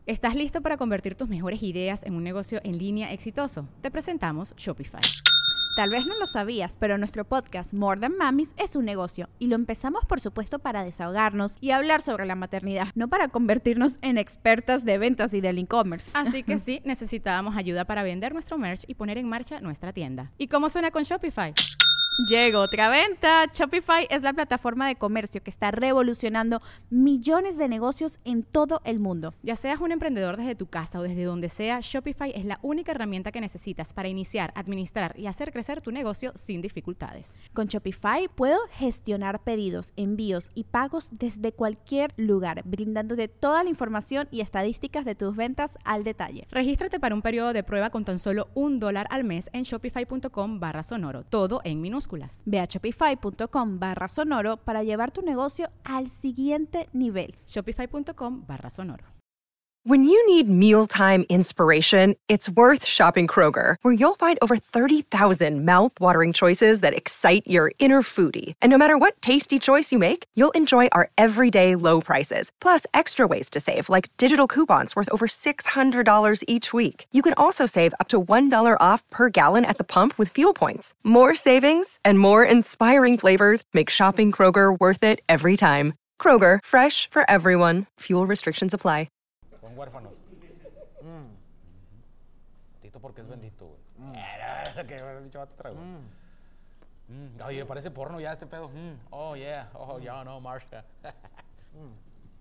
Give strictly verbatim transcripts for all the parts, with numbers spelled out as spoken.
¿Estás listo para convertir tus mejores ideas en un negocio en línea exitoso? Te presentamos Shopify. Tal vez no lo sabías, pero nuestro podcast More Than Mamis es un negocio y lo empezamos por supuesto para desahogarnos y hablar sobre la maternidad, no para convertirnos en expertas de ventas y del e-commerce. Así que sí, necesitábamos ayuda para vender nuestro merch y poner en marcha nuestra tienda. ¿Y cómo suena con Shopify? Llegó otra venta. Shopify es la plataforma de comercio que está revolucionando millones de negocios en todo el mundo. Ya seas un emprendedor desde tu casa o desde donde sea, Shopify es la única herramienta que necesitas para iniciar, administrar y hacer crecer tu negocio sin dificultades. Con Shopify puedo gestionar pedidos, envíos y pagos desde cualquier lugar, brindándote toda la información y estadísticas de tus ventas al detalle. Regístrate para un periodo de prueba con tan solo un dólar al mes en shopify.com barra sonoro, todo en minúsculas. Ve a shopify.com barra sonoro para llevar tu negocio al siguiente nivel. Shopify.com barra sonoro. When you need mealtime inspiration, it's worth shopping Kroger, where you'll find over thirty thousand mouth-watering choices that excite your inner foodie. And no matter what tasty choice you make, you'll enjoy our everyday low prices, plus extra ways to save, like digital coupons worth over six hundred dollars each week. You can also save up to one dollar off per gallon at the pump with fuel points. More savings and more inspiring flavors make shopping Kroger worth it every time. Kroger, fresh for everyone. Fuel restrictions apply. Son huérfanos. Mm. Tito porque es bendito, güey. Mm. Que el bicho va a te trago. Mm. Mm. Oye, parece porno ya este pedo. Mm. Oh, yeah. Oh, ya yeah, no, Marsha. mm.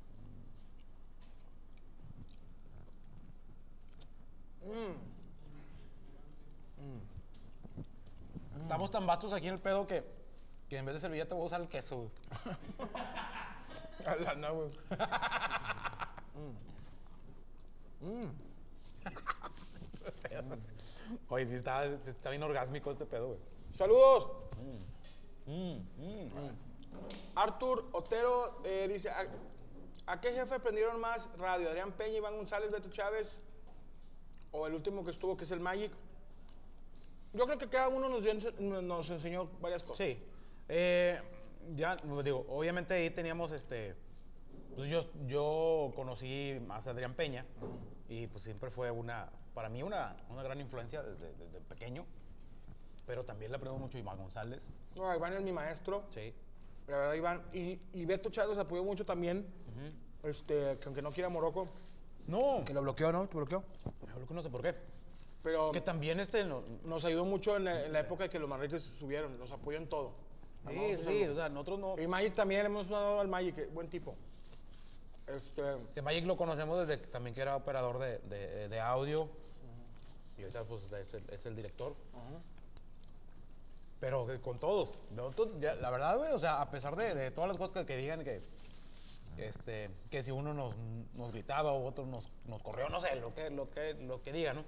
Mm. Mm. Estamos tan vastos aquí en el pedo que, que en vez de servilleta voy a usar el queso, güey. Alana, güey. Mm. Oye, sí está, está bien orgásmico este pedo, güey. Saludos. Mm. Mm. Mm. Mm. Artur Otero eh, dice: ¿a, ¿A qué jefe prendieron más radio? ¿Adrián Peña, Iván González, Beto Chávez? ¿O el último que estuvo, que es el Magic? Yo creo que cada uno nos, dio, nos enseñó varias cosas. Sí. Eh, ya, digo, obviamente ahí teníamos este. Pues yo, yo conocí más a Adrián Peña y pues siempre fue una, para mí una, una gran influencia desde, desde pequeño, pero también le aprendí mucho a Iván González. No, Iván es mi maestro. Sí. La verdad, Iván. Y, y Beto Chávez apoyó mucho también, uh-huh. este, que aunque no quiera Morocco. No. Que lo bloqueó, ¿no? ¿Te bloqueó? Me bloqueó, no sé por qué. Pero que también este... No, nos ayudó mucho en la, en la época de que los Manriques subieron, nos apoyó en todo. Sí, sí, o sea, nosotros no... Y Magic también, hemos dado al Magic, buen tipo. Este... Que Magic lo conocemos desde que también que era operador de, de, de audio. Uh-huh. Y ahorita pues es el, es el director. Uh-huh. Pero que con todos. Nosotros, ya, la verdad, güey, o sea, a pesar de, de todas las cosas que, que digan que... Este, que si uno nos, nos gritaba o otro nos, nos corrió, no sé, lo que, lo que, lo que diga, ¿no?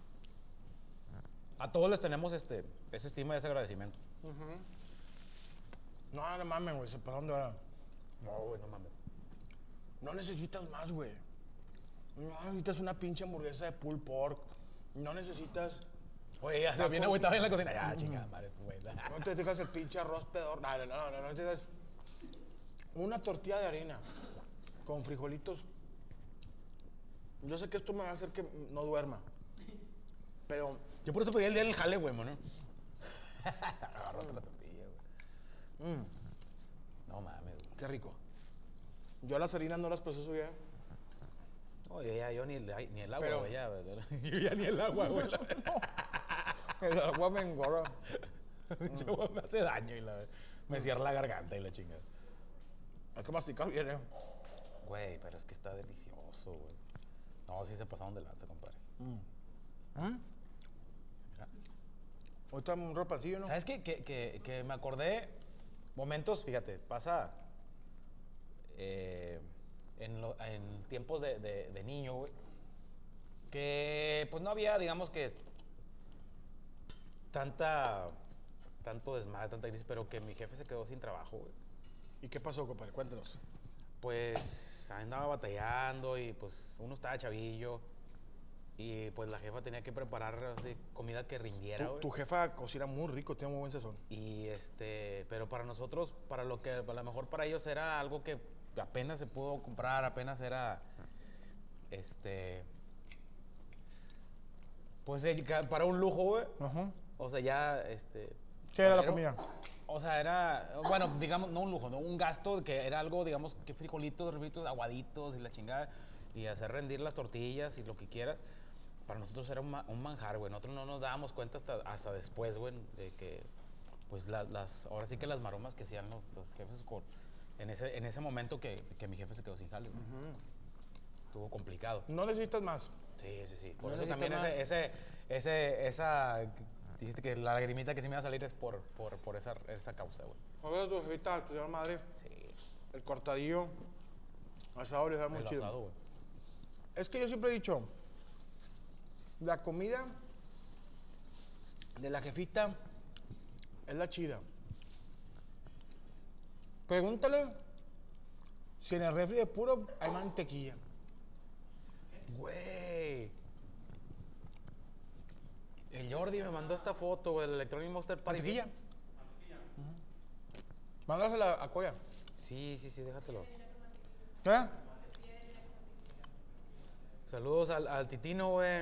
A todos les tenemos este, esa estima y ese agradecimiento. Uh-huh. No, no mames, güey, se pasaron de verdad. No, güey, no mames. No necesitas más, güey. No necesitas una pinche hamburguesa de pulled pork. No necesitas... Oye, ya se viene agüitado en la cocina. Ya, uh-huh. Chingada madre, estos güeyes. No te dejas el pinche arroz pedor. No, no, no, no, no necesitas... Una tortilla de harina con frijolitos. Yo sé que esto me va a hacer que no duerma. Pero... Yo por eso pedí el día del jale, güey, ¿no? Agarró otra tortilla, güey. Mm. No mames, güey. Qué rico. Yo las harinas no las proceso ya. Oye, ya, yo ni el, ni el agua, Pero, güey, ya, güey. Yo ya ni el agua, güey. El agua me engorda. Yo me hace daño y la, me cierra la garganta y la chingada. Hay que masticar bien, eh. Güey, pero es que está delicioso, güey. No, sí se pasaron de lanza, compadre. Mm. ¿Mm? Ahorita un ropancillo, ¿no? ¿Sabes qué? Que, que, que me acordé momentos, fíjate, pasa eh, en, lo, en tiempos de, de, de niño, güey, que pues no había, digamos que, tanta, tanto desmadre, tanta crisis, pero que mi jefe se quedó sin trabajo, güey. ¿Y qué pasó, compadre? Cuéntanos. Pues andaba batallando y pues uno estaba chavillo. Y pues la jefa tenía que preparar así, comida que rindiera, Tu, güey. tu jefa cocina muy rico, tiene muy buen sazón. Y este, pero para nosotros, para lo que a lo mejor para ellos era algo que apenas se pudo comprar, apenas era este... Pues eh, ca- para un lujo, güey. Ajá. O sea, ya, este... ¿Qué era la comida? O sea, era, bueno, digamos, no un lujo, no un gasto que era algo, digamos, que frijolitos, refritos, aguaditos y la chingada. Y hacer rendir las tortillas y lo que quieras. Para nosotros era un, ma- un manjar, güey. Nosotros no nos dábamos cuenta hasta, hasta después, güey, de que, pues, la- las, ahora sí que las maromas que hacían los, los jefes con, en, ese, en ese momento que, que mi jefe se quedó sin jale, güey. Estuvo complicado. No necesitas más. Sí, sí, sí. Por No eso necesito también nada. ese, ese, ese, esa, dijiste que la lagrimita que sí me iba a salir es por, por, por esa, esa causa, güey. A ver, tu jefita, tu señora madre, Sí. el cortadillo, asador, es muy El chido. asado, güey. Es que yo siempre he dicho, la comida de la jefita es la chida. Pregúntale si en el refri de puro hay mantequilla. Güey. El Jordi me mandó esta foto, güey, del Electronic Monster Party. ¿Mantequilla? Mándasela a Coya. Sí, sí, sí, déjatelo. ¿Eh? Saludos al, al Titino, güey.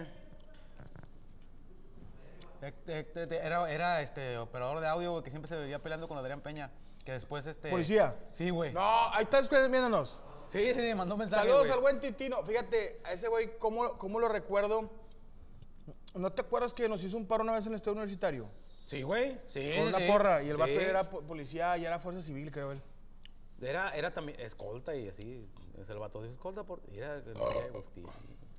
Eh, eh, eh, eh, Era, era este operador de audio, güey, que siempre se vivía peleando con Adrián Peña. Que después este. ¿Policía? Sí, güey. No, ahí estás viéndonos. Sí, sí, sí, mandó un mensaje. Saludos güey. al buen Titino. Fíjate, a ese güey, ¿cómo, ¿cómo lo recuerdo? ¿No te acuerdas que nos hizo un paro una vez en el Estado Universitario? Sí, güey. Sí. Con sí, una sí. porra. Y el Sí. vato era po- policía y era fuerza civil, creo él. Era, era también escolta y así. Es el vato de escolta por. Era que no había gustillo.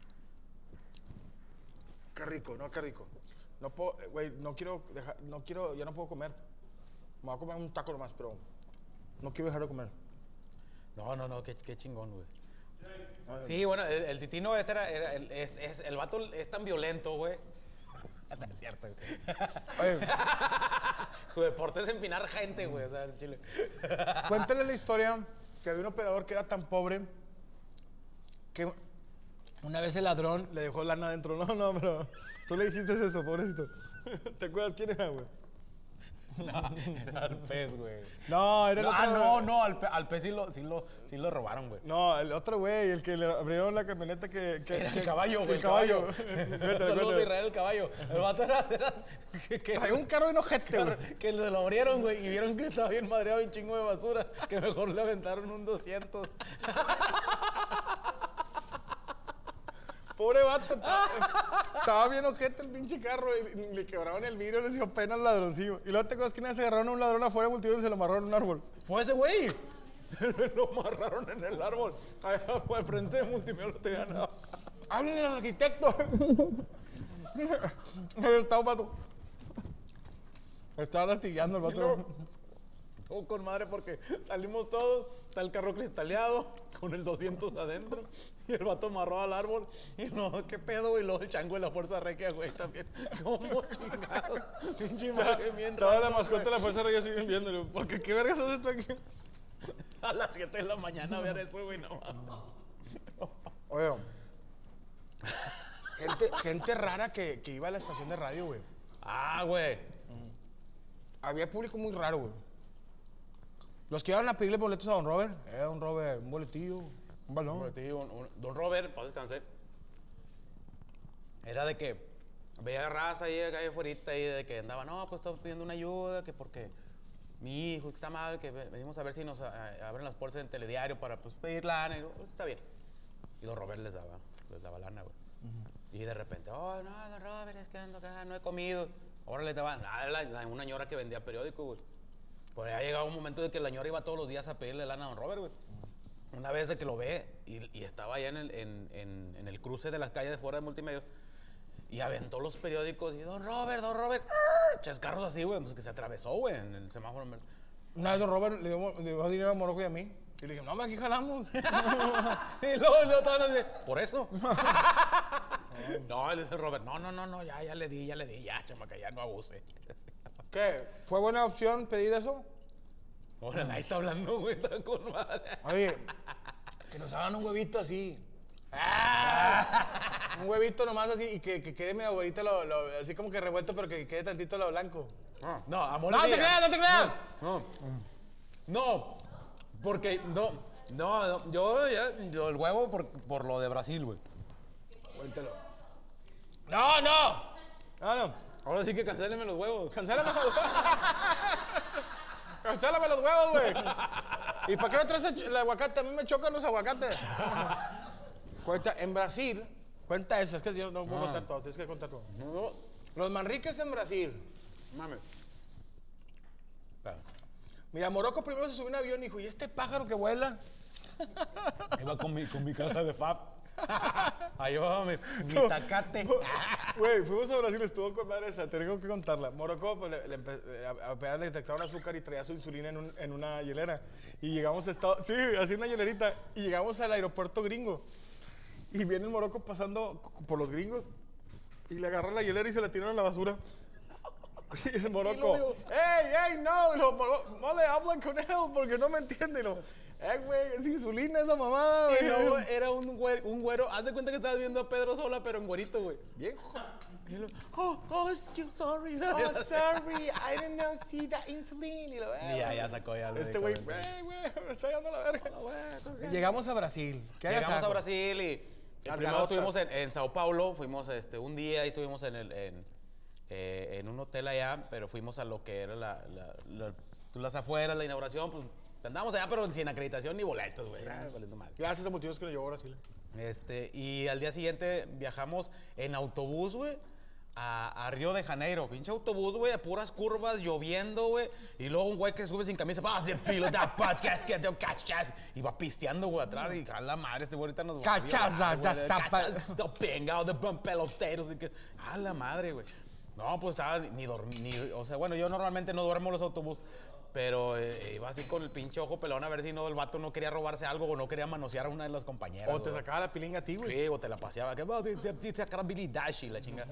Qué rico, no, qué rico. No puedo, eh, güey, no quiero dejar, no quiero, ya no puedo comer. Me voy a comer un taco nomás, pero no quiero dejar de comer. No, no, no, qué, qué chingón, güey. Sí, bueno, el, el Titino este era, era el, es, es- el vato es tan violento, güey. No es cierto, güey. Oye, Su deporte es empinar gente, güey, o sea, en Chile. cuéntale la historia que había un operador que era tan pobre que una vez el ladrón le dejó lana adentro. No, no, pero tú le dijiste eso, pobrecito. ¿Te acuerdas quién era, güey? No, era al pez, güey. No, era el No, otro. ah, no, no, al, pe- al pez sí lo, sí lo, sí lo robaron, güey. No, el otro güey, el que le abrieron la camioneta que... que Era que- el caballo, güey. El caballo. Saludos Cuéntale, a cuéntale. Israel el caballo. El vato era. era que, que, Traía un carro enojete, güey. que se lo abrieron, güey, y vieron que estaba bien madreado y un chingo de basura. Que mejor le aventaron un doscientos. Pobre vato, estaba, estaba bien ojete el pinche carro y le quebraron el vidrio, les dio pena al ladroncillo. Y luego te acuerdas que una vez se agarraron a un ladrón afuera de multitud y se lo amarraron en un árbol. Fue ese güey. Lo amarraron en el árbol. Allá fue al frente de Multimedia, lo tenían nada. ¡Háblenle al arquitecto! Estaba un vato. Estaba lastigando el vato. Oh, con madre, porque salimos todos, está el carro cristaleado, con el doscientos adentro, y el vato amarró al árbol, y no, qué pedo, güey, y luego el chango de la fuerza regia, güey, también, como chingado, pinche madre, bien Estaba la random, mascota de güey. la fuerza regia siguen viéndolo. Porque qué vergas haces tú aquí. A las siete de la mañana ver eso, güey, no. Oye, gente, gente rara que, que iba a la estación de radio, güey. Ah, güey. Había público muy raro, güey. Los que iban a pedirle boletos a don Robert, eh, don Robert, un boletillo, un balón. Hombre, te digo, un- un- don Robert, para descansar, era de que veía raza ahí, acá afuera, ahí de que andaba, no, pues estamos pidiendo una ayuda, que porque mi hijo está mal, que ve- venimos a ver si nos a- abren las puertas en Telediario para pues pedir lana. Y yo, "Pues, está bien". Y don Robert les daba, les daba lana, güey. Y de repente, oh, no, don Robert, es que ando acá, no he comido. Ahora le daban, nada, la, la- una ñora que vendía periódico, güey. Pues ya llegaba un momento de que la ñora iba todos los días a pedirle lana a don Robert, güey. Una vez de que lo ve y, y estaba allá en el, en, en, en el cruce de las calles de fuera de Multimedios y aventó los periódicos y don Robert, don Robert, ¡ah! Chascarros así, güey, pues que se atravesó, güey, en el semáforo. Una vez don Robert le dio, le dio dinero a Morojo y a mí. Y le dije, no, aquí jalamos. Y luego, luego estaban así, por eso. No, le dice Robert, no, no, no, no, ya, ya le di, ya le di, ya, chamaca, ya no abuse. ¿Qué? ¿Fue buena opción pedir eso? Ahora nadie está hablando, güey, está con madre. Oye, que nos hagan un huevito así. Ah, un huevito nomás así y que, que quede mi abuelita lo, lo- así como que revuelto, pero que quede tantito lo blanco. No, amor. ¡No te creas, no te creas! No, no, porque no, no, no, yo, ya, yo el huevo por, por lo de Brasil, güey. Mételo. No, no. No, no. Ahora sí que cancélenme los huevos. Cancélame los huevos. Cancélame los huevos, güey. ¿Y para qué me traes el aguacate? A mí me chocan los aguacates. Cuenta, en Brasil, cuenta eso. Es que yo no puedo contar todo. Tienes que contar todo. No, Los Manriques en Brasil. mames. Espera. Mira, Morocco primero se subió a un avión y dijo, ¿y este pájaro que vuela? Iba con mi, con mi caja de Fab. Ahí va mi, mi tacate. Güey, fuimos a Brasil, estuvo con madre esa, tengo que contarla. Morocco, pues le, le, empe- a- apenas le detectaron azúcar y traía su insulina en, un- en una hielera. Y llegamos a Estados, sí, así una hielerita. Y llegamos al aeropuerto gringo. Y viene el Morocco pasando c- por los gringos. Y le agarran la hielera y se la tiraron a la basura. Y el Morocco, ¡ey, ey, no! Y lo, Moro- no le hablan con él porque no me entiende. Y lo, ¡eh, güey, es insulina esa mamada, Y güey! luego era un güero, un güero. Haz de cuenta que estabas viendo a Pedro Sola, pero en güerito, güey. Bien. Y luego, oh, oh, excuse, sorry. Oh, sorry, I didn't know, see that insulin. Y lo, eh, Y ya, ya sacó ya lo Este de güey, comentario. güey, güey, me está dando la verga. Llegamos a Brasil. ¿Qué Llegamos agasajo? a Brasil y Las primero garotas. estuvimos en, en Sao Paulo, fuimos este, un día y estuvimos en, el, en, eh, en un hotel allá, pero fuimos a lo que era la, la- la- pues, las afueras, la inauguración, pues andábamos allá pero sin acreditación ni boletos, güey, ah, valiendo madre. Gracias a motivos que nos llevó a Brasil. Este, y al día siguiente viajamos en autobús, güey, a, a Río de Janeiro. Pinche autobús, güey, a puras curvas, lloviendo, güey. Y luego un güey que sube sin camisa, va a hacer pilo de podcast, que te cachas. Y va pisteando, güey, atrás. Y a la madre, este güey ahorita nos va a Cachaza, violar, ya güey, zapa- cachas, de pengado, de buen peloteros. y que- A la madre, güey. No, pues estaba ni dormir. O sea, bueno, yo normalmente no duermo en los autobuses. Pero eh, iba así con el pinche ojo pelón a ver si no el vato no quería robarse algo o no quería manosear a una de las compañeras. O te güey. sacaba la pilinga a ti, güey. Sí, o te la paseaba. Que va, te, te, te sacar habilidad, y la chinga.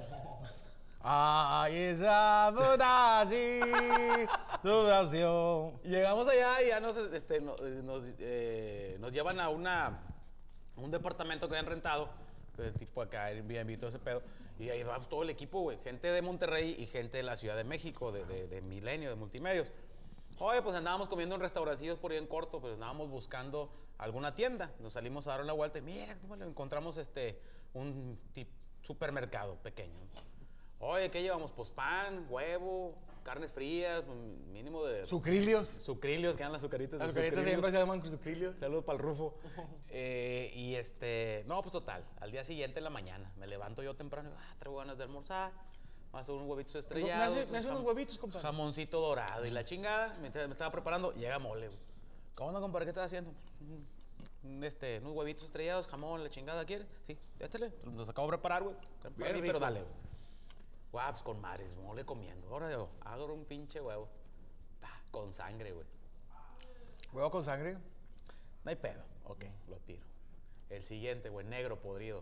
Ay, esa Brasil, tu Brasil. Llegamos allá y ya nos, este, no- nos, eh, nos llevan a una, un departamento que habían rentado. El tipo acá, Airbnb y todo ese pedo. Y ahí vamos todo el equipo, güey. Gente de Monterrey y gente de la Ciudad de México, de, de, de Milenio, de Multimedios. Oye, pues andábamos comiendo en restaurancillos por ahí en corto, pues andábamos buscando alguna tienda. Nos salimos a dar una vuelta y mira, cómo le encontramos este, un tip- supermercado pequeño. Oye, ¿qué llevamos? Pues pan, huevo, carnes frías, un mínimo de... Sucrilios. Sucrilios, que eran las azucaritas. Las de caritas sucrilios. siempre se llaman sucrilios. Saludos para el Rufo. Eh, y este, no, pues total, al día siguiente en la mañana, me levanto yo temprano y ah, traigo ganas de almorzar, me hago unos huevitos Me estrellados. hace, me hace un unos jam- huevitos, compadre. Jamoncito dorado y la chingada, mientras me estaba preparando, llega mole, güey. ¿Cómo no, compadre? ¿Qué estás haciendo? Pues, un- un, este, unos huevitos estrellados, jamón, la chingada, ¿quieres? Sí, échale, los acabo de preparar, güey. Para Bien mí, rico. pero dale, güey. Guau, pues con mares, mole comiendo. Ahora yo hago un pinche huevo. Pa, con sangre, güey. Huevo con sangre. No hay pedo. Ok, lo tiro. El siguiente, güey, negro podrido.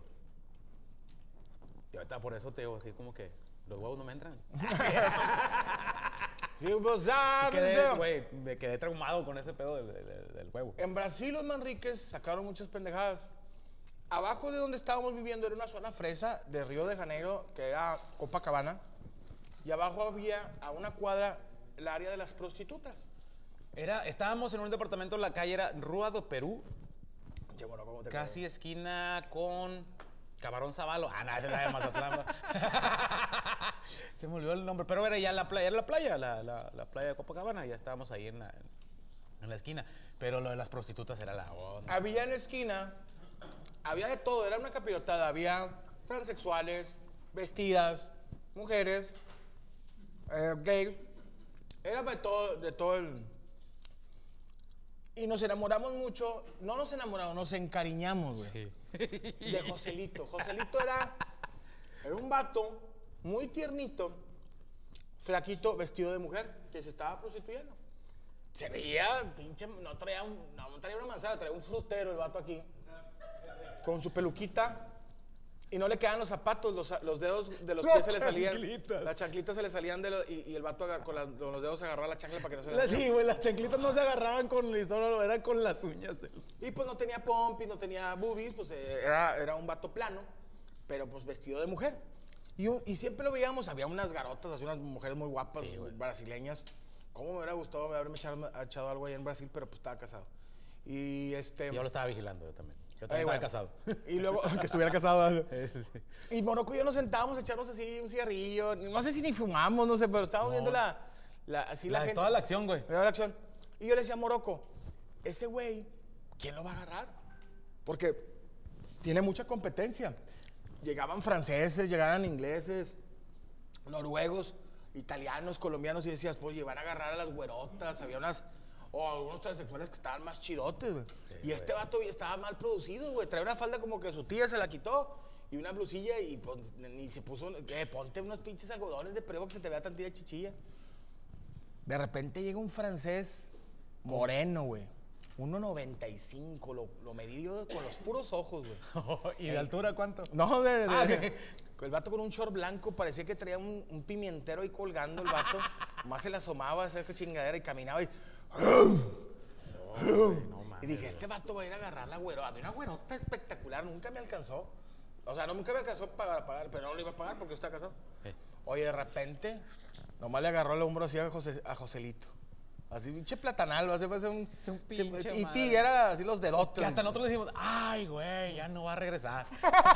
Y ahorita por eso te digo así como que los huevos no me entran. Sí, pues, Sí ah, quedé, pues, güey, me quedé traumado con ese pedo del, del- del huevo. En Brasil los Manriques sacaron muchas pendejadas. Abajo de donde estábamos viviendo era una zona fresa de Río de Janeiro, que era Copacabana. Y abajo había, a una cuadra, el área de las prostitutas. Era, estábamos en un departamento, la calle era Rua do Perú, Che, bueno, ¿cómo te casi esquina con Camarón Zabalo. Ah, no, esa es la de Mazatlán. ¿no? Se me olvidó el nombre, pero era ya la playa, era la playa, la, la, la playa de Copacabana, ya estábamos ahí en la, en la esquina. Pero lo de las prostitutas era la onda. Había en la esquina, había de todo, era una capirotada. Había transexuales, vestidas, mujeres, eh, gays. Era de todo, de todo el... Y nos enamoramos mucho, no nos enamoramos, nos encariñamos, güey. De Joselito. Joselito era, era un vato muy tiernito, flaquito, vestido de mujer, que se estaba prostituyendo. Se veía, pinche, no traía, un, no, no traía una manzana, traía un frutero el vato aquí, con su peluquita, y no le quedaban los zapatos, los, los dedos de los pies se le salían. chanclitas. Las chanclitas se le salían de los, y, y el vato agar- con, las- con los dedos agarraba la chancla para que no se le La- Sí, güey, las chanclitas no se agarraban con el solo, eran con las uñas. de los- Y pues no tenía pompis, no tenía boobies, pues eh, era, era un vato plano, pero pues vestido de mujer. Y, un- y siempre lo veíamos, había unas garotas, así unas mujeres muy guapas, Sí, güey. brasileñas. ¿Cómo me hubiera gustado haberme echado, echado algo ahí en Brasil? Pero pues estaba casado. Y este... Yo lo estaba vigilando yo también. Yo también Ay, estaba bueno. casado. Y luego, que estuviera casado. Sí, sí. Y Morocco y yo nos sentábamos a echarnos así un cigarrillo. No sé si ni fumamos, no sé, pero estábamos viendo la, la, así la, La- gente. toda la acción, güey. Toda la acción. Y yo le decía a Morocco, ese güey, ¿quién lo va a agarrar? Porque tiene mucha competencia. Llegaban franceses, llegaban ingleses, noruegos, italianos, colombianos, y decías, pues, van a agarrar a las güerotas, había unas... O algunos transexuales que estaban más chidotes, güey. Sí, y este vato estaba mal producido, güey. Traía una falda como que su tía se la quitó y una blusilla y pues, ni se puso... Eh, ponte unos pinches algodones de prueba que se te vea tantita chichilla. De repente llega un francés moreno, güey. uno noventa y cinco, lo, lo medí yo con los puros ojos, güey. ¿Y de altura cuánto? No, de, de, Ah, de- ok. el vato con un short blanco, parecía que traía un, un pimientero ahí colgando el vato. Más se le asomaba a esa chingadera y caminaba y... y dije, este vato va a ir a agarrar la güerota. Había una güerota espectacular, nunca me alcanzó. O sea, no, nunca me alcanzó para pagar, pero no lo iba a pagar porque yo estaba casado. Sí. Oye, de repente, nomás le agarró el hombro así a, José, a Joselito. Así, pinche platanal, así parece un... Es un che- pinche y madre. ti, era así los dedotes. Que hasta nosotros le decimos, ay, güey, ya no va a regresar.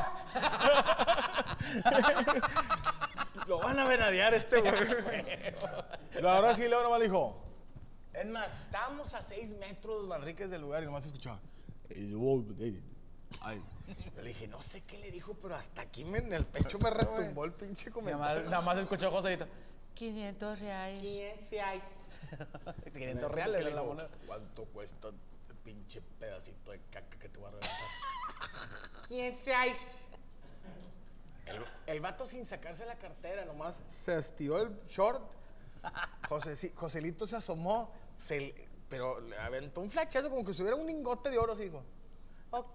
Lo van a venadear este güey. Pero ahora sí, luego nomás le dijo. Es más, estábamos a seis metros, Manríquez, del lugar y nomás escuchaba. "Ey, yo, ey, ay". Yo le dije, no sé qué le dijo, pero hasta aquí me- en el pecho me retumbó el pinche Nada comentario. más, nada más escuchó Joselito. quinientos reales. quinientos reales le en la digo, moneda. ¿cuánto cuesta este pinche pedacito de caca que te va a reventar? El, el vato sin sacarse la cartera, nomás se estiró el short. José, sí, Joselito se asomó, se, le- pero le aventó un flachazo como que si hubiera un lingote de oro, así dijo. Ok.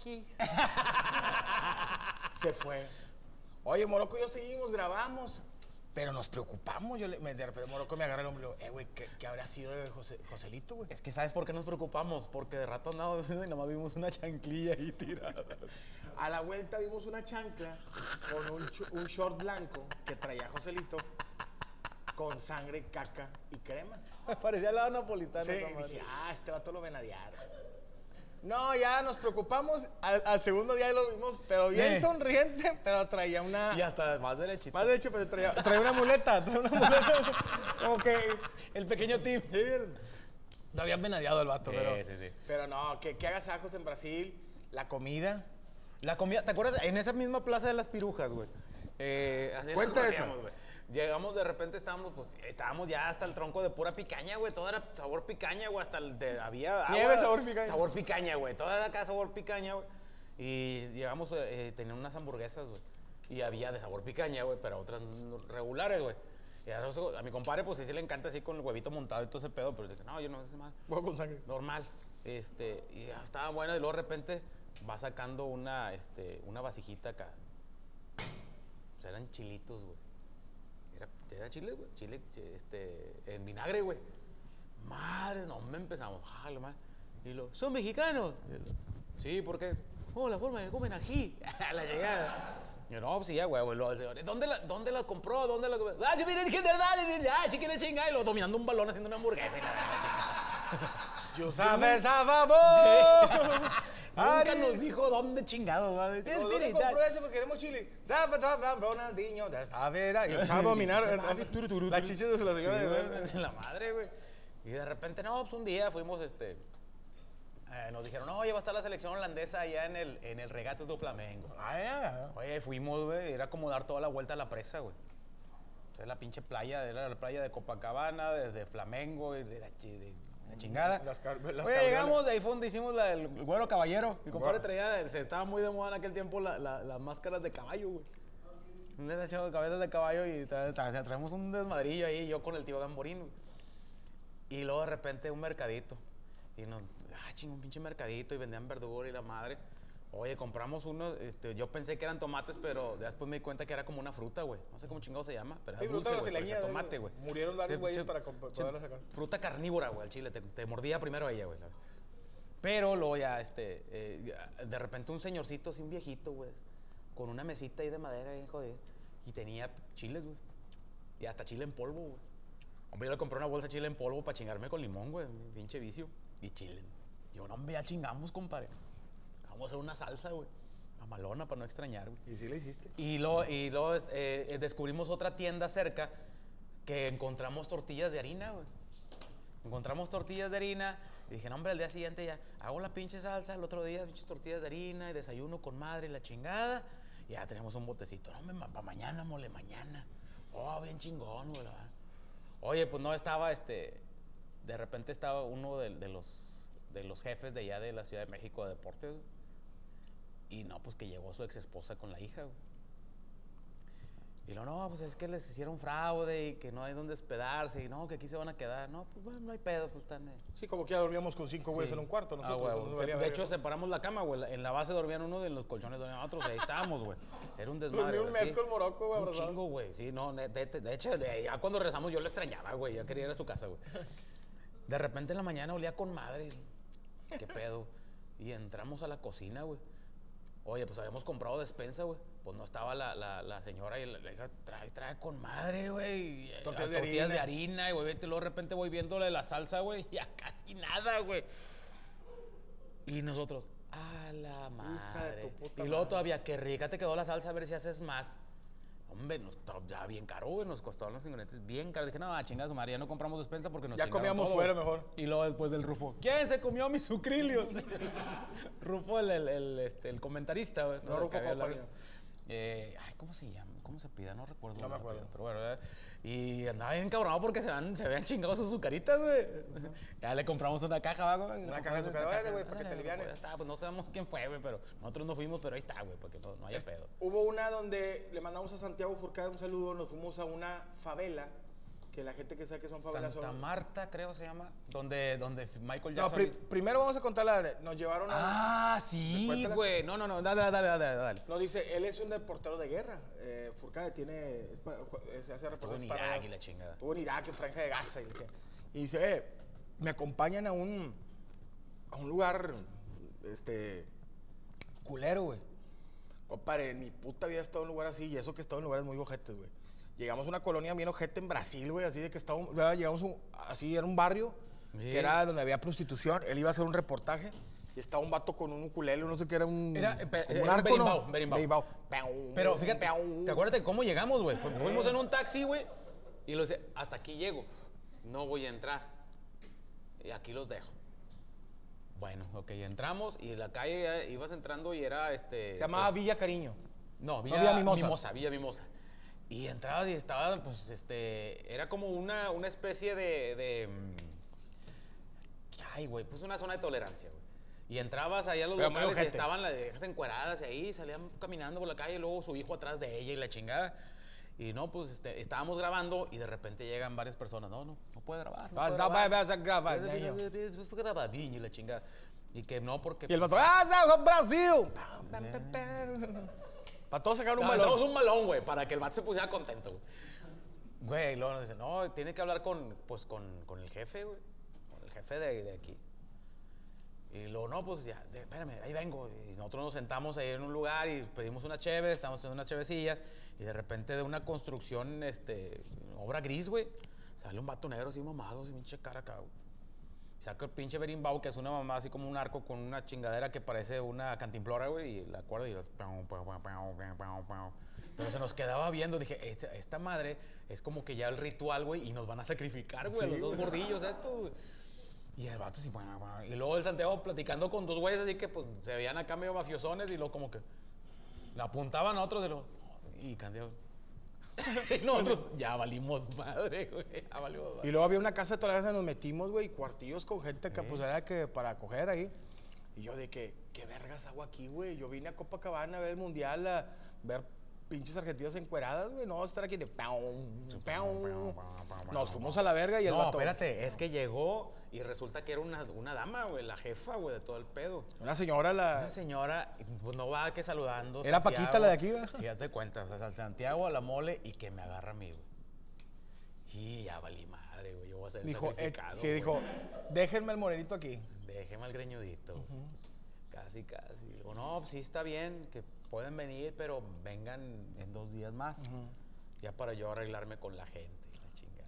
Se fue. Oye, Morocco y yo seguimos, grabamos, pero nos preocupamos. Yo le, me, de repente Morocco me agarra el hombro y le digo, eh, güey, ¿qué, qué habrá sido de José, Joselito, güey? Es que ¿sabes por qué nos preocupamos? Porque de rato andábamos viendo y nada más vimos una chanclilla ahí tirada. A la vuelta vimos una chancla con un, ch- un short blanco que traía Joselito con sangre, caca y crema. Parecía la napolitana. Sí, esa y madre. dije, ah, este vato lo venadearon. No, ya nos preocupamos. Al, al segundo día lo vimos, pero bien Eh. sonriente, pero traía una... Y hasta más derechito. Más de hecho, pues traía, traía una muleta, traía una muleta. Como que... El pequeño Tim. Lo habían venadeado el vato, Sí, pero... sí, sí. Pero no, que, que hagas ajos en Brasil, la comida... La comida, ¿te acuerdas? En esa misma plaza de las pirujas, güey. Eh, así Cuenta nos esa. hacíamos, güey. Llegamos, de repente estábamos, pues, estábamos ya hasta el tronco de pura picaña, güey. Todo era sabor picaña, güey. Hasta el de, había agua. Nieve, sabor picaña. Sabor picaña, güey. Todo era acá sabor picaña, güey. Y llegamos, eh, tenían unas hamburguesas, güey. Y había de sabor picaña, güey, pero otras no- regulares, güey. Y a, eso- a mi compadre, pues, sí, sí le encanta así con el huevito montado y todo ese pedo. Pero dice, no, yo no sé más. Huevo con sangre. Normal. Este, y ya estaba bueno y luego de repente va sacando una, este, una vasijita acá. O sea, eran chilitos, güey. Era, era chile, güey. Chile, ch- este, en vinagre, güey. Madre, no, me empezamos. Jalo, madre. Y lo, ¿son mexicanos? Y lo, sí, ¿por qué? Oh, la forma de que comen ají. A la llegada. Yo, no, pues sí, ya, güey. Lo- ¿Dónde la, ¿Dónde la compró? ¿Dónde la compró? Ah, sí, mire, dije, de verdad. Ah, sí, que le chinga. Y lo dominando un balón haciendo una hamburguesa. Y la, Yo sabes a favor. Nunca Ari. nos dijo dónde chingados, va. Sí, ¿Dónde mira, y tal. compró ese? Porque queremos chile. Zapa, zapa, Ronaldinho, de Savera. Y empezaba a dominar eh, eh, las chichas de la señora. Sí, de- güey, de la madre, güey. Y de repente, no, pues un día fuimos, este... eh, nos dijeron, no, oye, va a estar la selección holandesa allá en el, en el Regatas do Flamengo. Ah, ya. Oye, fuimos, güey, era como dar toda la vuelta a la presa, güey. O sea, la pinche playa, era la playa de Copacabana, desde Flamengo, y de la, chi- de la chingada. Las car- las Oye, cabriolas. llegamos, de ahí fue donde hicimos la, el güero caballero. Mi compadre Güero. traía, se estaba muy de moda en aquel tiempo la- la- las máscaras de caballo, güey. Un deshecho de cabezas de caballo y tra- tra- traemos un desmadrillo ahí, yo con el tío Gamborín, güey. Y luego de repente un mercadito. Y nos, ah, chingo, un pinche mercadito y vendían verdura y la madre. Oye, compramos uno, este, yo pensé que eran tomates, pero después me di cuenta que era como una fruta, güey. No sé cómo chingado se llama, pero Sí, era fruta dulce, güey, brasileña, parecía ¿no? tomate, güey. Murieron varios Sí, güeyes che- para comp- che- poderla sacar. Fruta carnívora, güey, al chile. Te, te mordía primero ella, güey. la verdad. Pero luego ya, este, eh, ya, de repente un señorcito así, un viejito, güey, con una mesita ahí de madera, bien jodido, y tenía chiles, güey. Y hasta chile en polvo, güey. Hombre, yo le compré una bolsa de chile en polvo para chingarme con limón, güey. Pinche vicio. Y chile. Digo, no, hombre, ya chingamos, compadre. vamos a hacer una salsa, güey. Mamalona para no extrañar, güey. Y sí la hiciste. Y luego, y luego eh, descubrimos otra tienda cerca que encontramos tortillas de harina, güey. Encontramos tortillas de harina y dije, no, hombre, al día siguiente ya hago la pinche salsa, el otro día pinches tortillas de harina y desayuno con madre y la chingada. Y ya tenemos un botecito. No, para mañana, mole, mañana. Oh, bien chingón, güey. Oye, pues no estaba, este... De repente estaba uno de, de, los, de los jefes de allá de la Ciudad de México de deportes, güey. Y no, pues que llegó su ex esposa con la hija, güey. Y no, no, pues es que les hicieron fraude y que no hay dónde hospedarse y no, que aquí se van a quedar. No, pues bueno, no hay pedo, pues están... Eh. Sí, como que ya dormíamos con cinco güeyes Sí. en un cuarto nosotros. Ah, güey, nos se- valía de verga. hecho, separamos la cama, güey. En la base dormían uno, de los colchones dormían otros, y ahí estábamos, güey. Era un desmadre, Dormí un güey, mes sí. con Morocco, güey, Un abrazado. chingo, güey. Sí, no, de, de- de hecho, de- ya cuando rezamos yo lo extrañaba, güey. Ya quería ir a su casa, güey. De repente en la mañana olía con madre. ¿Qué pedo? Y entramos a la cocina, güey. Oye, pues habíamos comprado despensa, güey. Pues no estaba la, la, la señora y la, la hija, trae, trae con madre, güey. Y, Tortillas ah, de tortillas de harina. harina, y güey, vete, luego de repente voy viéndole la salsa, güey, y ya casi nada, güey. Y nosotros, a la madre. tu puta y luego madre. todavía, qué rica te quedó la salsa, a ver si haces más. Hombre, nos, ya bien caro, güey, nos costaron los ingredientes bien caros. Dije, no, chinga su madre, ya no compramos despensa porque nos Ya chingaron comíamos todo, fuera güey. mejor. Y luego después del Rufo, ¿quién se comió mis sucrilios? Rufo, el, el, el, este, el comentarista, güey. No, Rufo Que había hablado. Compañía. Eh, ay, ¿cómo se llama? ¿Cómo se pida? No recuerdo. No me el acuerdo. apellido, pero bueno, eh, y andaba bien cabronado porque se, van, se habían chingado sus azucaritas, güey. Ya le compramos una caja, güey. Una caja de azúcar. Órale, güey, para que te alivianes. Pues, ya está, pues no sabemos quién fue, güey, pero nosotros no fuimos, pero ahí está, güey, para que no, no haya pedo. Hubo una donde le mandamos a Santiago Furcada un saludo, nos fuimos a una favela, que la gente que sabe que son favelas Santa son... Marta, creo se llama, donde, donde Michael No, Jackson... pri- primero vamos a contar la... de- Nos llevaron a... Ah, sí, Cuéntala. güey. No, no, no, dale, dale, dale, dale, dale. Nos dice, él es un deportero de guerra. Eh, Furcade tiene... es pa- jue- eh, se hace Estuvo en reportajes para... Irak y la chingada. Estuvo en Irak, en Franja de Gaza. Y, dice- y dice, eh, me acompañan a un... A un lugar... Este... Culero, güey. Compadre, en mi puta vida he estado en un lugar así. Y eso que he estado en lugares muy ojetes, güey. Llegamos a una colonia bien ojete en Brasil, güey. Así de que estábamos... Llegamos a un, así, era un barrio... Sí. Que era donde había prostitución. Él iba a hacer un reportaje. Y estaba un vato con un ukulele, no sé qué era un... Era, eh, pe- como era un arco, ¿no? berimbau, berimbau. Berimbau. Pero fíjate, ¿te acuerdas de cómo llegamos, güey? Fu- Fuimos en un taxi, güey, y lo dice, hasta aquí llego, no voy a entrar. Y aquí los dejo. Bueno, ok, entramos y en la calle eh, ibas entrando y era este... Se llamaba pues, Villa Cariño. No, Villa, Villa Mimosa. Mimosa. Villa Mimosa. Y entrabas y estaba, pues, este... Era como una, una especie de... de mm, ay, güey, pues una zona de tolerancia, güey. Y entrabas ahí a los Pero muy locales y ojete. estaban las viejas encueradas y ahí salían caminando por la calle y luego su hijo atrás de ella y la chingada. Y no, pues este, estábamos grabando y de repente llegan varias personas. No, no, no puede grabar. No Vas, puede da, grabar. vas a grabar, niño. Fue grabadinho y la chingada. Y que no, porque... Y el vato, ¡ah, ya, Brasil! Para todos sacaron un No, entramos balón. un balón, güey, para que el vato se pusiera contento, güey. Güey, y luego nos dice, no, tiene que hablar con, pues, con, con el jefe, güey. Con el jefe de, de aquí. Y luego, no, pues ya, de- espérame, ahí vengo. Y nosotros nos sentamos ahí en un lugar y pedimos unas cheves, estamos en unas chevecillas. Y de repente de una construcción, este, obra gris, güey, sale un vato negro así mamado, así pinche cara acá, güey. Saca el pinche berimbau, que es una mamá así como un arco con una chingadera que parece una cantimplora, güey, y la cuerda y... Pero se nos quedaba viendo, dije, esta, esta madre es como que ya el ritual, güey, y nos van a sacrificar, güey, a los dos gordillos, esto, güey. Y el vato así, y luego el Santiago platicando con dos güeyes así que pues se veían acá medio mafiosones y luego como que le apuntaban a otros y lo... Y Santiago... y nosotros ya valimos madre, güey, ya valimos madre. Y luego había una casa de tolerancia, nos metimos, güey, cuartillos con gente que pues era que para coger ahí. Y yo de que, ¿qué vergas hago aquí, güey? Yo vine a Copacabana a ver el mundial, a ver pinches argentinas encueradas, güey. No, estar aquí de... Nos fuimos a la verga y el No, vato... espérate, es que llegó y resulta que era una, una dama, güey, la jefa, güey, de todo el pedo. Una señora, la... Una señora, pues no va que saludando. ¿Era Santiago. Paquita la de aquí, va? Sí, date cuenta, o sea, Santiago a la mole y que me agarra a mí, güey. Y ya valí madre, güey, yo voy a ser Dijo, eh, sacrificado, sí, güey. dijo, déjenme el morenito aquí. Déjeme al greñudito. Casi, casi. Digo, no, pues sí está bien, que pueden venir, pero vengan en dos días más. Ya para yo arreglarme con la gente, la chingada.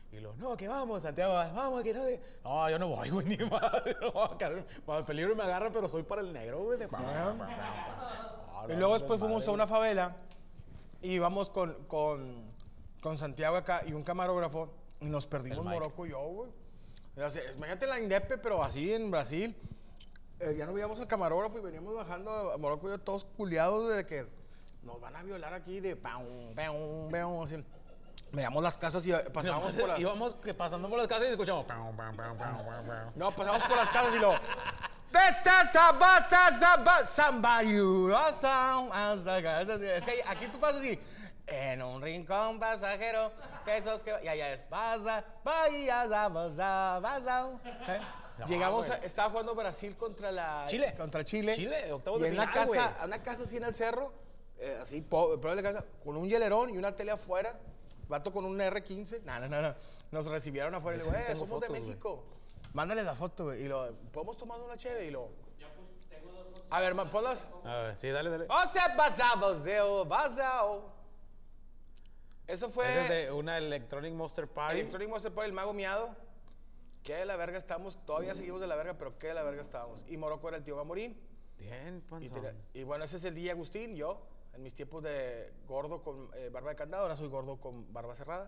Y luego, no, que vamos, Santiago, vamos, que no. De... No, yo no voy, güey, ni madre. No, voy a caer. Cuando el peligro me agarra, pero soy para el negro, güey. De... Y luego después fuimos a una favela y íbamos con, con, con Santiago acá y un camarógrafo y nos perdimos Morocco y yo, güey. O sea, imagínate la Indepe, pero así en Brasil. Eh, ya no veíamos al camarógrafo y veníamos bajando a Morocco y yo todos culiados de que nos van a violar aquí de pam, pam, pam, así. Veíamos las casas y pasábamos por las... Íbamos que pasando por las casas y escuchamos... No, pasamos por las casas y lo... Pesta, sabata, sabata, sambayu, es que aquí tú pasas y... En un rincón pasajero, que esos que... Y allá es... Pasa, vaya, pasa, pasa. Llegamos, a, estaba jugando Brasil contra la... Chile. Contra Chile. Chile, octavos y de en final, una casa, güey. una casa así en el cerro, eh, así, po, probable casa, con un hielerón y una tele afuera, vato con un erre quince, no, no, no, no, nos recibieron afuera y le digo, eh, somos fotos, de México, güey. Mándale la foto, güey, y lo, ¿podemos tomar una cheve? Y lo... Ya, pues, tengo dos fotos. A ver, man, ponlas. A ver, sí, dale, dale. O sea, pasamos, pasamos. Eso fue... Esa es de una Electronic Monster Party. Electronic Monster Party, el mago miado. Qué de la verga estamos, todavía seguimos de la verga, pero qué de la verga estábamos. Y Morocco era el tío Gamorín. Bien, Y, panzón. tira- y bueno, ese es el día Agustín, yo, en mis tiempos de gordo con eh, barba de candado, ahora soy gordo con barba cerrada.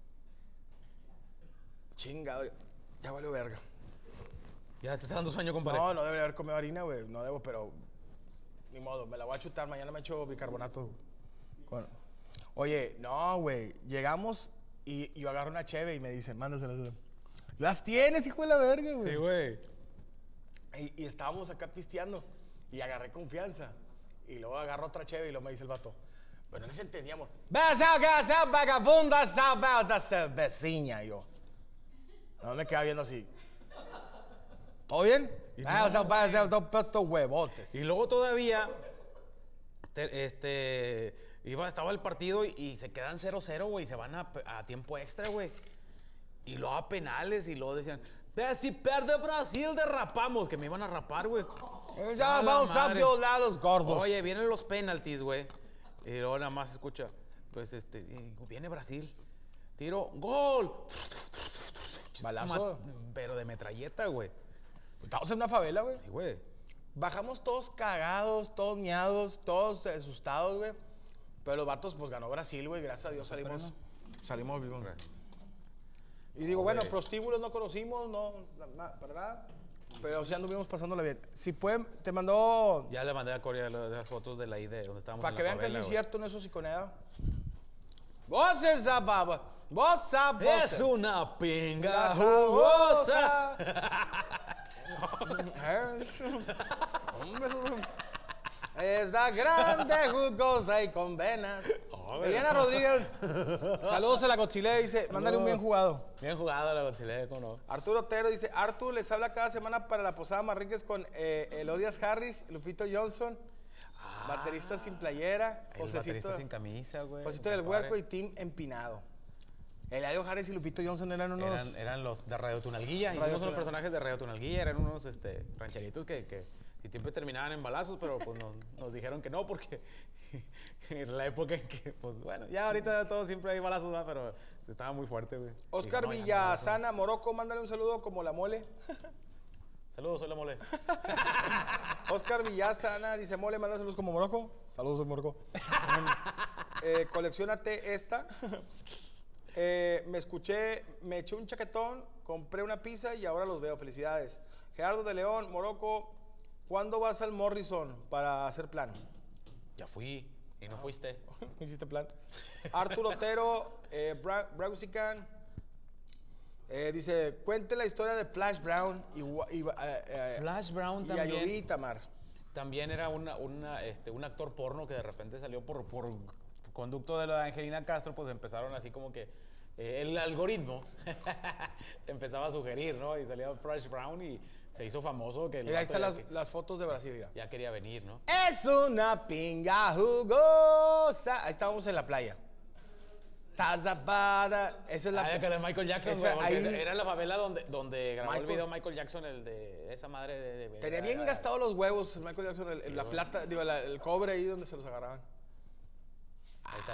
Chingado, ya valió verga. Ya te está dando sueño, compadre. No, no debería haber comido harina, güey, no debo, pero ni modo, me la voy a chutar, mañana me echo bicarbonato. Con... Oye, no, güey, llegamos y, y yo agarro una cheve y me dicen, mándaselas. Las tienes, hijo de la verga, güey. Sí, güey. Y, y estábamos acá pisteando y agarré confianza. Y luego agarro otra cheve y luego me dice el vato. Pero no nos entendíamos. Vas a casa, vagabunda, sabada, cerveciña. Y yo. No me quedaba viendo así. ¿Todo bien? Vas a pasar estos huevotes. Y luego todavía, te- este, iba, estaba el partido y, y se quedan cero cero, güey, y se van a, a tiempo extra, güey. Y luego a penales y luego decían, vea, si pierde Brasil, derrapamos, que me iban a rapar, güey. Ya A la vamos a madre. violar a los gordos. Oye, vienen los penaltis, güey. Y luego nada más se escucha, pues este, y viene Brasil. Tiro, gol. Balazo. Ma- Pero de metralleta, güey. Estamos en una favela, güey. Sí, güey. Bajamos todos cagados, todos miados, todos asustados, güey. Pero los vatos, pues ganó Brasil, güey. Gracias a Dios salimos, salimos vivos. Y digo, bueno, prostíbulos no conocimos, no, na- na- para nada. Pero sí anduvimos pasándola bien. Si pueden, te mandó... Ya le mandé a Corea lo- las fotos de la I D donde estábamos Para en que la vean que sí favela, es güey. cierto, no es hociconeo. Vos esa baba, vos sabos. Es una pinga jugosa. Es la grande, jugosa y con venas. Oh, Eliana Rodríguez. Saludos a la Cochilea, dice, mándale un bien jugado. Bien jugado la Godzilla, ¿cómo no? Arturo Otero dice, Artur les habla cada semana para la Posada Marríquez con eh, Elodias Harris, Lupito Johnson, baterista sin playera, El Josecito, baterista sin camisa, güey. Josecito del compadre. Huerco y Tim Empinado. Eladio Harris y Lupito Johnson eran unos... Eran, eran los de Radio Tunalguilla. Radio Hicimos unos Tunal- personajes de Radio Tunalguilla. Eran unos este, rancheritos que, que si siempre terminaban en balazos, pero pues nos, nos dijeron que no porque en la época en que, pues bueno, ya ahorita todo siempre hay balazos, ¿verdad? Pero se estaba muy fuerte, güey. Oscar Dije, no, ya no, balazos no. Villasana, Morocco, mándale un saludo como la mole. Saludos, soy la mole. Oscar Villasana dice, mole, manda saludos como Morocco. Saludos, soy Morocco. eh, colecciónate esta. Eh, me escuché, me eché un chaquetón, compré una pizza y ahora los veo. Felicidades. Gerardo de León, Morocco, ¿cuándo vas al Morrison para hacer plan? Ya fui y no fuiste. ¿No hiciste plan? Arturo Otero, eh, Bra Brausican, eh, dice, cuente la historia de Flash Brown y, Wa- y, eh, eh, Flash Brown y también. Ayoví y Tamar. También era una, una, este, un actor porno que de repente salió por, por conducto de la Angelina Castro, pues empezaron así como que eh, el algoritmo empezaba a sugerir, ¿no? Y salía Flash Brown y se hizo famoso que el Mira, ahí vato están ya, las, que- las fotos de Brasil. Mira. ya quería venir, ¿no? Es una pinga jugosa. Ahí estábamos en la playa. Tazabada. Esa es la. Ah, que de Michael Jackson, esa- güey, porque ahí- era la favela donde, donde grabó Michael- el video Michael Jackson, el de esa madre de... de Tenía bien ah, gastados los huevos el Michael Jackson, el- el- la güey. plata, digo, la- el cobre ahí donde se los agarraban. Ahí está,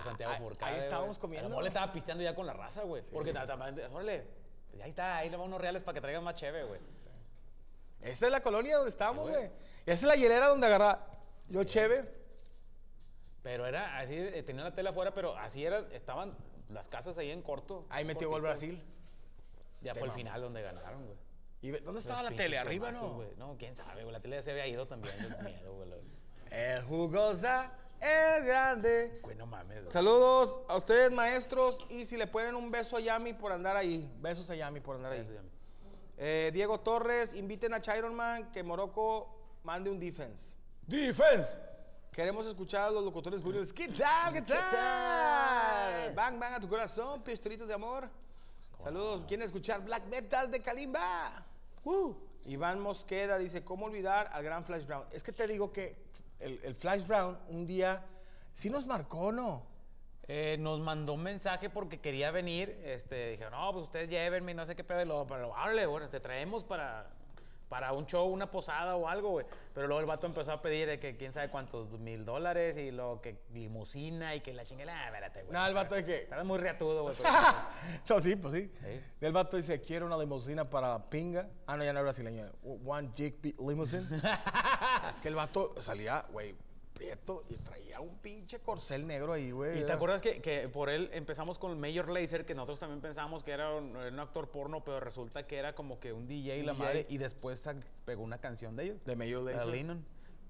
Santiago ahí- Furcade. ahí estábamos güey. comiendo. A lo mejor le estaba pisteando ya con la raza, güey. Porque, ta- ta- órale, pues ahí está, ahí le va unos reales para que traigan más chévere, güey. Esa es la colonia donde estábamos, Sí, güey. güey. Esa es la hielera donde agarraba yo cheve. Pero era así, eh, tenía la tela afuera, pero así era, estaban las casas ahí en corto. Ahí metió gol cortito. Brasil. Ya Te fue el mamó. final donde ganaron, güey. ¿Y ve- dónde estaba Los la pinches tele? ¿Arriba, cremazos, no? güey. No, quién sabe, güey. La tele ya se había ido también. Del miedo, güey. El jugosa es grande. Güey, no mames. güey. Saludos a ustedes, maestros. Y si le ponen un beso a Yami por andar ahí. Besos a Yami por andar ahí. Eso ya me- Eh, Diego Torres, inviten a Chiron Man que Morocco mande un defense. ¡Defense! Queremos escuchar a los locutores juniors. ¿Qué tal? ¿Qué tal? Bang, bang a tu corazón, pistolitos de amor. Saludos. ¿Quieren escuchar black metal de Kalimba? Uh. Iván Mosqueda dice, ¿cómo olvidar al gran Flash Brown? Es que te digo que el, el Flash Brown un día sí nos marcó, ¿no? Eh, nos mandó un mensaje porque quería venir. Este, dijeron, no, pues ustedes llévenme y no sé qué pedo. Y luego, pero hable, bueno, te traemos para, para un show, una posada o algo, güey. Pero luego el vato empezó a pedir de que quién sabe cuántos mil dólares y luego que limusina y que la chingada. Ah, espérate, güey. No, el vato de que... Estaba muy reatudo, güey. pero- No, sí, pues sí. Sí. El vato dice, quiero una limusina para pinga. Ah, no, ya no es brasileño. One Jig Pi- Limousine. Es que el vato salía, güey, prieto y traía un pinche corcel negro ahí, güey. ¿Y te acuerdas que, que por él empezamos con Major Lazer, que nosotros también pensábamos que era un, era un actor porno, pero resulta que era como que un D J y la D J. madre, y después sa- pegó una canción de ellos. De Major La Lazer. Lennon.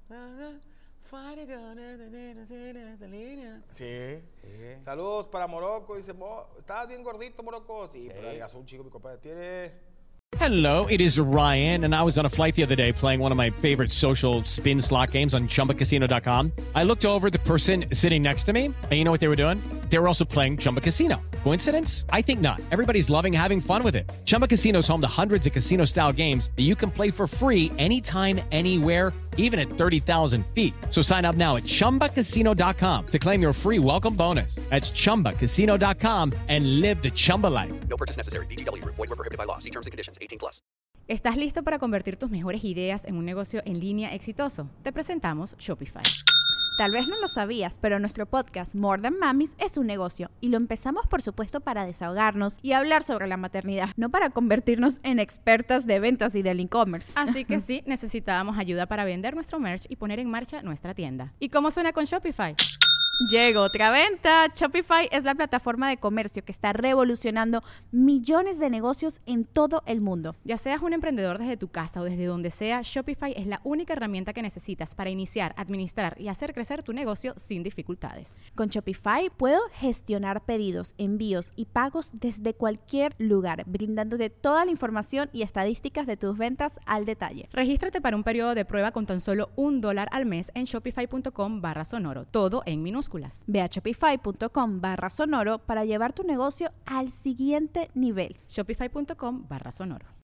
Sí. Sí. Saludos para Morocco. Dice, "Mo- ¿estás bien gordito, Morocco? Sí, pero adelgazó un chico, mi compadre. Tiene... Hello, it is Ryan, and I was on a flight the other day playing one of my favorite social spin slot games on Chumba Casino dot com. I looked over at the person sitting next to me, and you know what they were doing? They were also playing Chumba Casino. Coincidence? I think not. Everybody's loving having fun with it. Chumba Casino is home to hundreds of casino-style games that you can play for free anytime, anywhere, even at thirty thousand feet. So sign up now at Chumba Casino dot com to claim your free welcome bonus. That's Chumba Casino dot com and live the Chumba life. No purchase necessary. V G W Group. Void where prohibited by law. See terms and conditions. eighteen plus. ¿Estás listo para convertir tus mejores ideas en un negocio en línea exitoso? Te presentamos Shopify. Tal vez no lo sabías, pero nuestro podcast More Than Mamis es un negocio y lo empezamos por supuesto para desahogarnos y hablar sobre la maternidad, no para convertirnos en expertas de ventas y del e-commerce. Así que sí, necesitábamos ayuda para vender nuestro merch y poner en marcha nuestra tienda. ¿Y cómo suena con Shopify? Llegó otra venta. Shopify es la plataforma de comercio que está revolucionando millones de negocios en todo el mundo. Ya seas un emprendedor desde tu casa o desde donde sea, Shopify es la única herramienta que necesitas para iniciar, administrar y hacer crecer tu negocio sin dificultades. Con Shopify puedo gestionar pedidos, envíos y pagos desde cualquier lugar, brindándote toda la información y estadísticas de tus ventas al detalle. Regístrate para un periodo de prueba con tan solo un dólar al mes en shopify.com barra sonoro, todo en minúsculas. Ve a shopify.com barra sonoro para llevar tu negocio al siguiente nivel. Shopify.com barra sonoro.